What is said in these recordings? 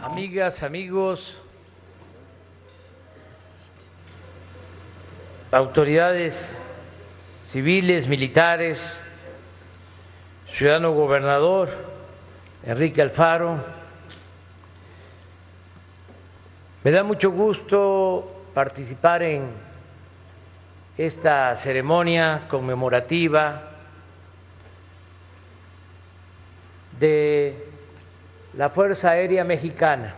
Amigas, amigos, autoridades civiles, militares, ciudadano gobernador Enrique Alfaro, me da mucho gusto participar en esta ceremonia conmemorativa de la Fuerza Aérea Mexicana.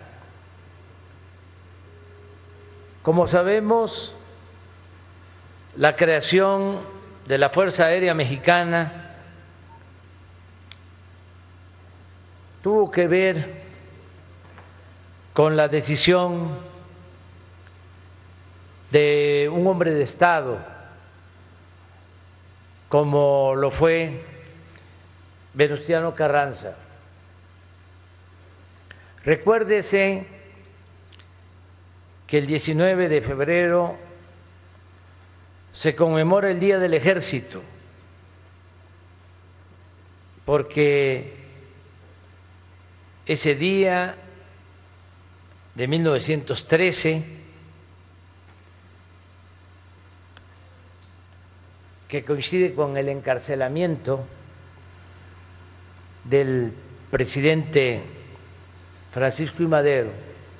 Como sabemos, la creación de la Fuerza Aérea Mexicana tuvo que ver con la decisión de un hombre de Estado, como lo fue Venustiano Carranza. Recuérdese que el 19 de febrero se conmemora el Día del Ejército, porque ese día de 1913, que coincide con el encarcelamiento del presidente Francisco I. Madero,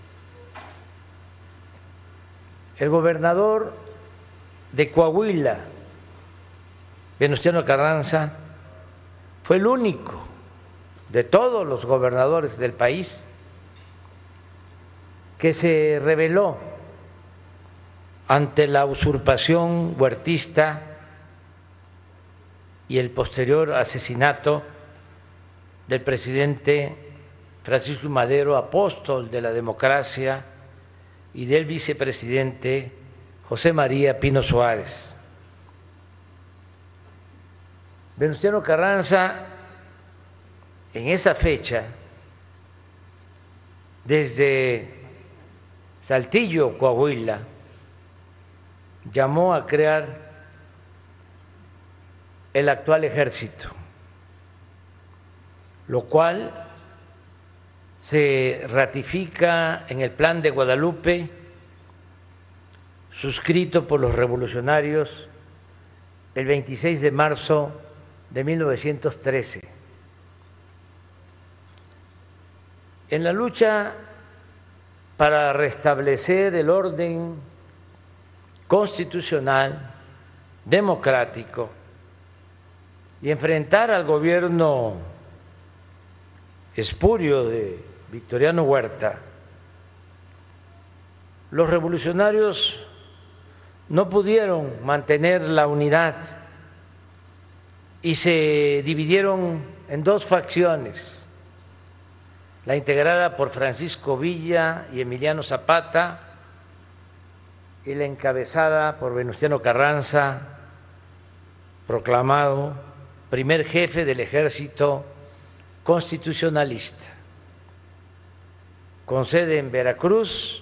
el gobernador de Coahuila, Venustiano Carranza, fue el único de todos los gobernadores del país que se rebeló ante la usurpación huertista y el posterior asesinato del presidente Francisco I. Madero, apóstol de la democracia, y del vicepresidente José María Pino Suárez. Venustiano Carranza, en esa fecha, desde Saltillo, Coahuila, llamó a crear el actual ejército, lo cual se ratifica en el Plan de Guadalupe suscrito por los revolucionarios el 26 de marzo de 1913. En la lucha para restablecer el orden constitucional, democrático y enfrentar al gobierno espurio de Victoriano Huerta, los revolucionarios no pudieron mantener la unidad y se dividieron en dos facciones: la integrada por Francisco Villa y Emiliano Zapata y la encabezada por Venustiano Carranza, proclamado primer jefe del ejército constitucionalista, con sede en Veracruz.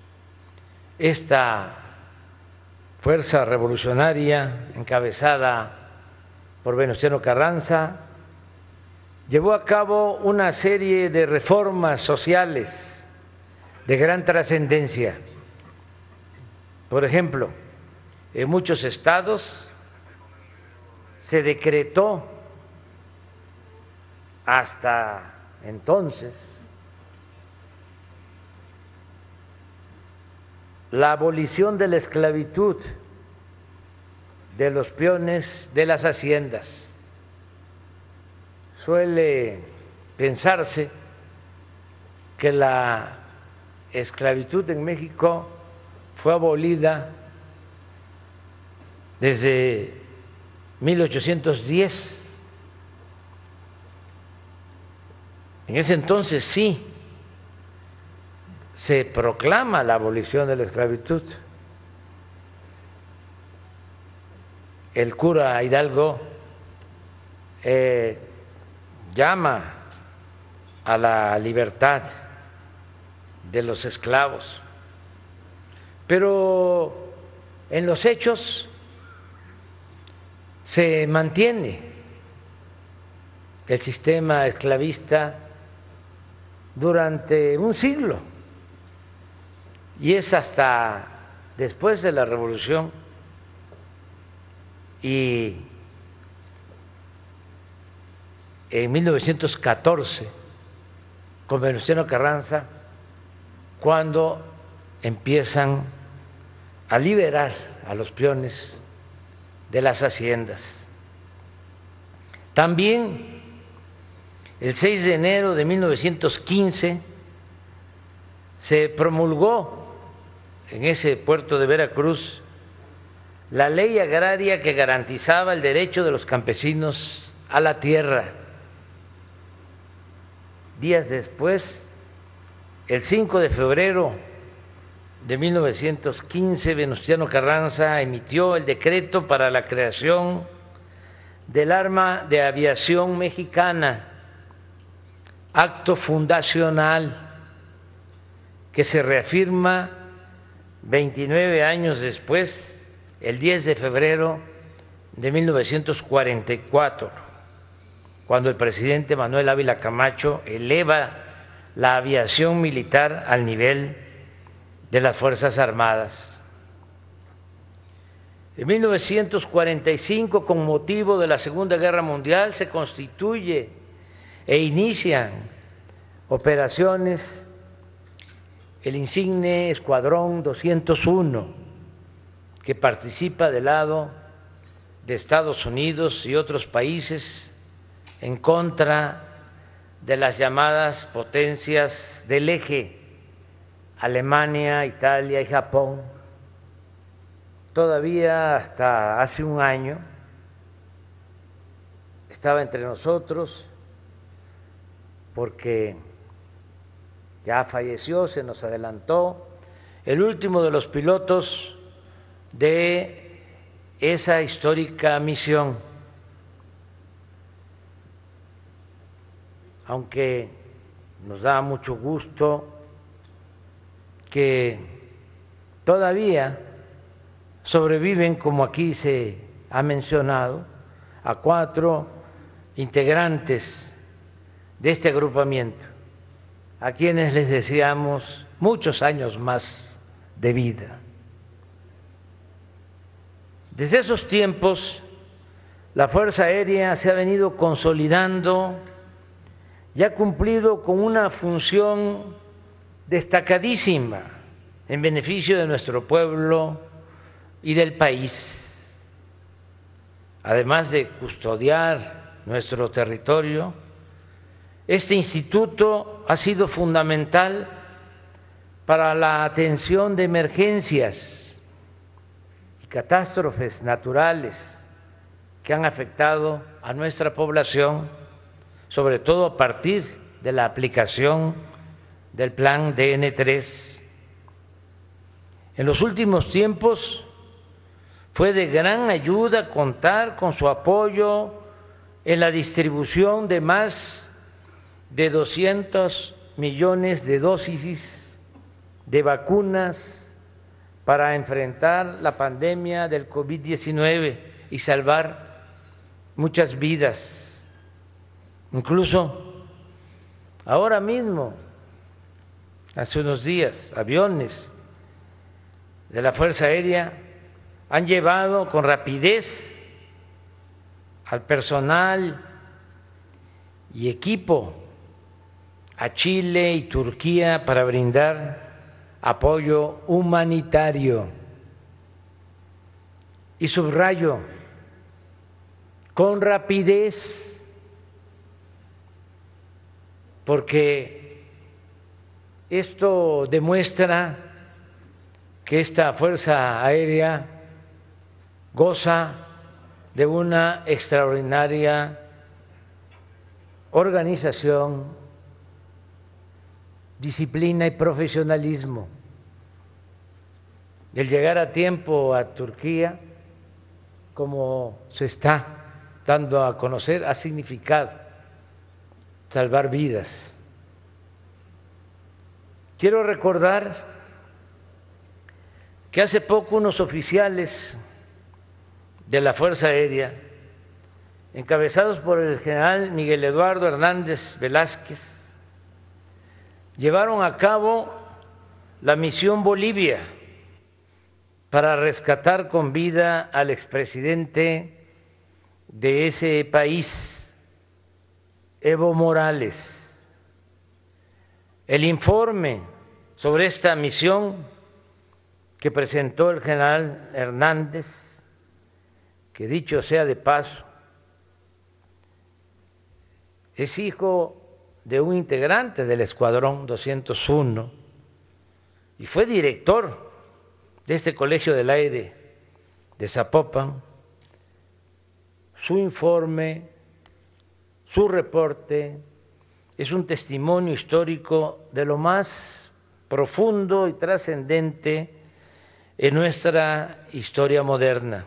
Esta fuerza revolucionaria, encabezada por Venustiano Carranza, llevó a cabo una serie de reformas sociales de gran trascendencia. Por ejemplo, en muchos estados se decretó hasta entonces la abolición de la esclavitud de los peones de las haciendas. Suele pensarse que la esclavitud en México fue abolida desde 1810. En ese entonces sí se proclama la abolición de la esclavitud. El cura Hidalgo llama a la libertad de los esclavos, pero en los hechos se mantiene el sistema esclavista durante un siglo, y es hasta después de la Revolución y en 1914 con Venustiano Carranza cuando empiezan a liberar a los peones de las haciendas. También el 6 de enero de 1915 se promulgó en ese puerto de Veracruz la ley agraria que garantizaba el derecho de los campesinos a la tierra. Días después, el 5 de febrero de 1915, Venustiano Carranza emitió el decreto para la creación del Arma de Aviación Mexicana, acto fundacional que se reafirma 29 años después, el 10 de febrero de 1944, cuando el presidente Manuel Ávila Camacho eleva la aviación militar al nivel de las Fuerzas Armadas. En 1945, con motivo de la Segunda Guerra Mundial, se constituye e inician operaciones el insigne Escuadrón 201, que participa del lado de Estados Unidos y otros países en contra de las llamadas potencias del eje, Alemania, Italia y Japón. Todavía hasta hace un año estaba entre nosotros porque ya falleció, se nos adelantó, el último de los pilotos de esa histórica misión. Aunque nos da mucho gusto que todavía sobreviven, como aquí se ha mencionado, a 4 integrantes de este agrupamiento, a quienes les deseamos muchos años más de vida. Desde esos tiempos, la Fuerza Aérea se ha venido consolidando y ha cumplido con una función destacadísima en beneficio de nuestro pueblo y del país. Además de custodiar nuestro territorio, este instituto ha sido fundamental para la atención de emergencias y catástrofes naturales que han afectado a nuestra población, sobre todo a partir de la aplicación del Plan DN3. En los últimos tiempos fue de gran ayuda contar con su apoyo en la distribución de más de 200 millones de dosis de vacunas para enfrentar la pandemia del COVID-19 y salvar muchas vidas. Incluso ahora mismo, hace unos días, aviones de la Fuerza Aérea han llevado con rapidez al personal y equipo a Chile y Turquía para brindar apoyo humanitario. Y subrayo, con rapidez, porque esto demuestra que esta Fuerza Aérea goza de una extraordinaria organización, disciplina y profesionalismo. El llegar a tiempo a Turquía, como se está dando a conocer, ha significado salvar vidas. Quiero recordar que hace poco unos oficiales de la Fuerza Aérea, encabezados por el general Miguel Eduardo Hernández Velázquez, llevaron a cabo la misión Bolivia para rescatar con vida al expresidente de ese país, Evo Morales. El informe sobre esta misión que presentó el general Hernández, que dicho sea de paso, es hijo de un integrante del Escuadrón 201 y fue director de este Colegio del Aire de Zapopan. Su informe, su reporte, es un testimonio histórico de lo más profundo y trascendente en nuestra historia moderna,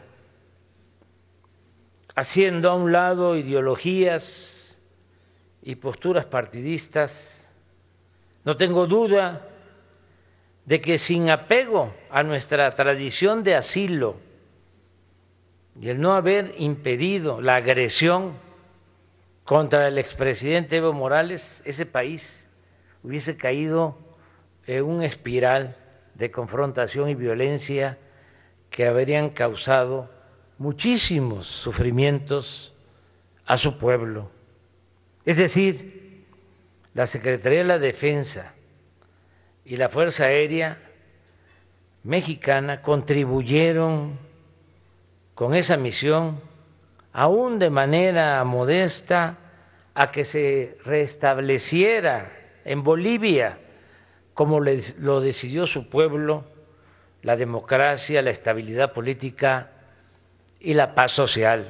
haciendo a un lado ideologías y posturas partidistas. No tengo duda de que sin apego a nuestra tradición de asilo y el no haber impedido la agresión contra el expresidente Evo Morales, ese país hubiese caído en una espiral de confrontación y violencia que habrían causado muchísimos sufrimientos a su pueblo. Es decir, la Secretaría de la Defensa y la Fuerza Aérea Mexicana contribuyeron con esa misión, aún de manera modesta, a que se restableciera en Bolivia, como lo decidió su pueblo, la democracia, la estabilidad política y la paz social.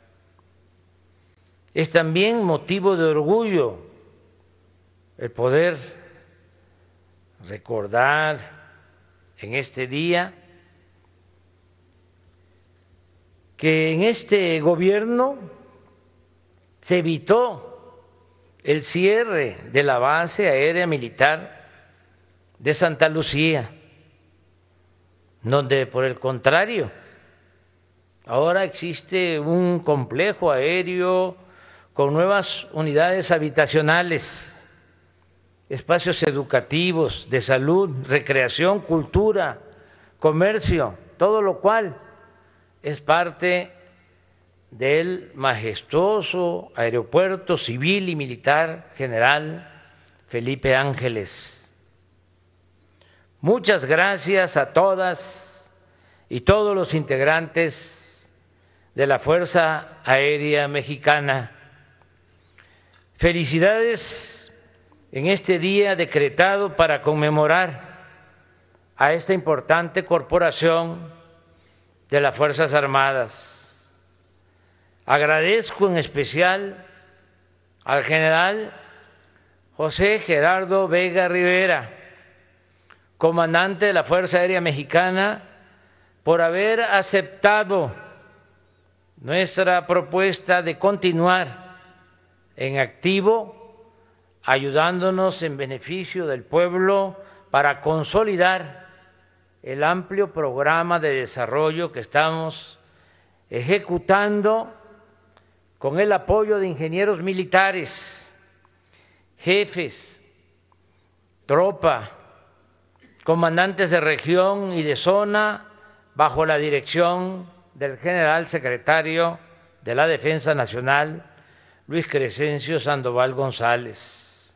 Es también motivo de orgullo el poder recordar en este día que en este gobierno se evitó el cierre de la base aérea militar de Santa Lucía, donde por el contrario ahora existe un complejo aéreo con nuevas unidades habitacionales, espacios educativos, de salud, recreación, cultura, comercio, todo lo cual es parte del majestuoso Aeropuerto Civil y Militar General Felipe Ángeles. Muchas gracias a todas y todos los integrantes de la Fuerza Aérea Mexicana. Felicidades en este día decretado para conmemorar a esta importante corporación de las Fuerzas Armadas. Agradezco en especial al general José Gerardo Vega Rivera, comandante de la Fuerza Aérea Mexicana, por haber aceptado nuestra propuesta de continuar en activo, ayudándonos en beneficio del pueblo para consolidar el amplio programa de desarrollo que estamos ejecutando con el apoyo de ingenieros militares, jefes, tropa, comandantes de región y de zona, bajo la dirección del general secretario de la Defensa Nacional, Luis Crescencio Sandoval González.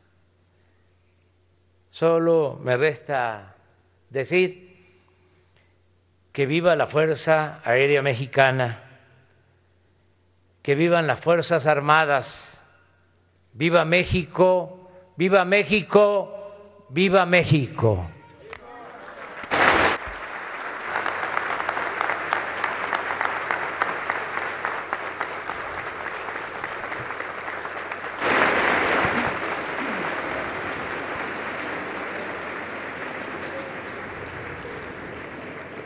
Solo me resta decir que viva la Fuerza Aérea Mexicana, que vivan las Fuerzas Armadas, viva México, viva México, viva México.